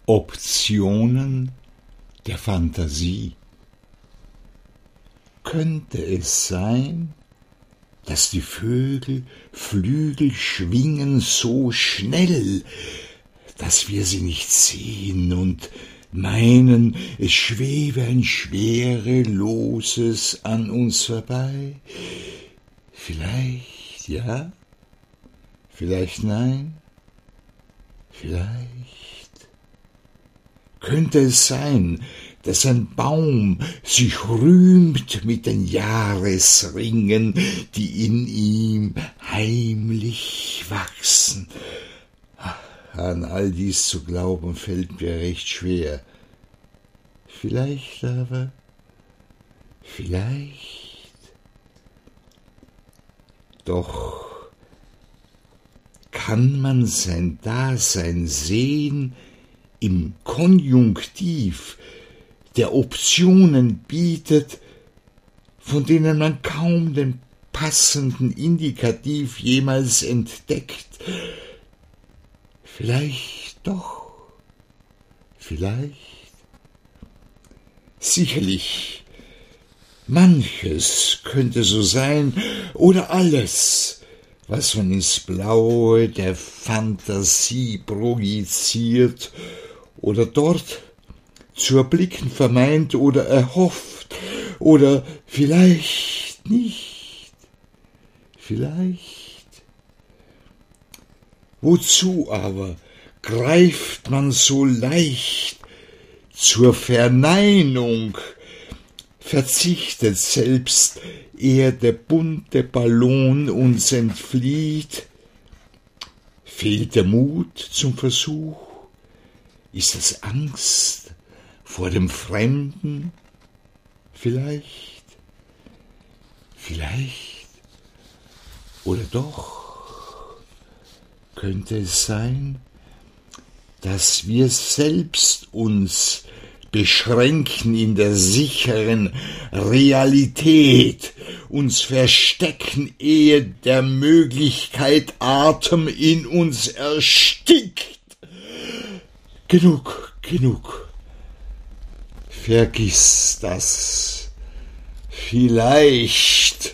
Optionen der Fantasie. Könnte es sein, dass die Vögel Flügel schwingen so schnell, dass wir sie nicht sehen und meinen, es schwebe ein Schwereloses an uns vorbei? Vielleicht ja, vielleicht nein, vielleicht. Könnte es sein, dass ein Baum sich rühmt mit den Jahresringen, die in ihm heimlich wachsen? An all dies zu glauben, fällt mir recht schwer. Vielleicht aber, vielleicht. Doch kann man sein Dasein sehen im Konjunktiv, der Optionen bietet, von denen man kaum den passenden Indikativ jemals entdeckt? Vielleicht doch, vielleicht. Sicherlich, manches könnte so sein, oder alles, was man ins Blaue der Fantasie projiziert oder dort zu erblicken vermeint oder erhofft, oder vielleicht nicht, vielleicht. Wozu aber greift man so leicht zur Verneinung, verzichtet selbst, ehe der bunte Ballon uns entflieht? Fehlt der Mut zum Versuch? Ist es Angst vor dem Fremden? Vielleicht, vielleicht oder doch? Könnte es sein, dass wir selbst uns beschränken in der sicheren Realität, uns verstecken, ehe der Möglichkeit Atem in uns erstickt? Genug, genug. Vergiss das. Vielleicht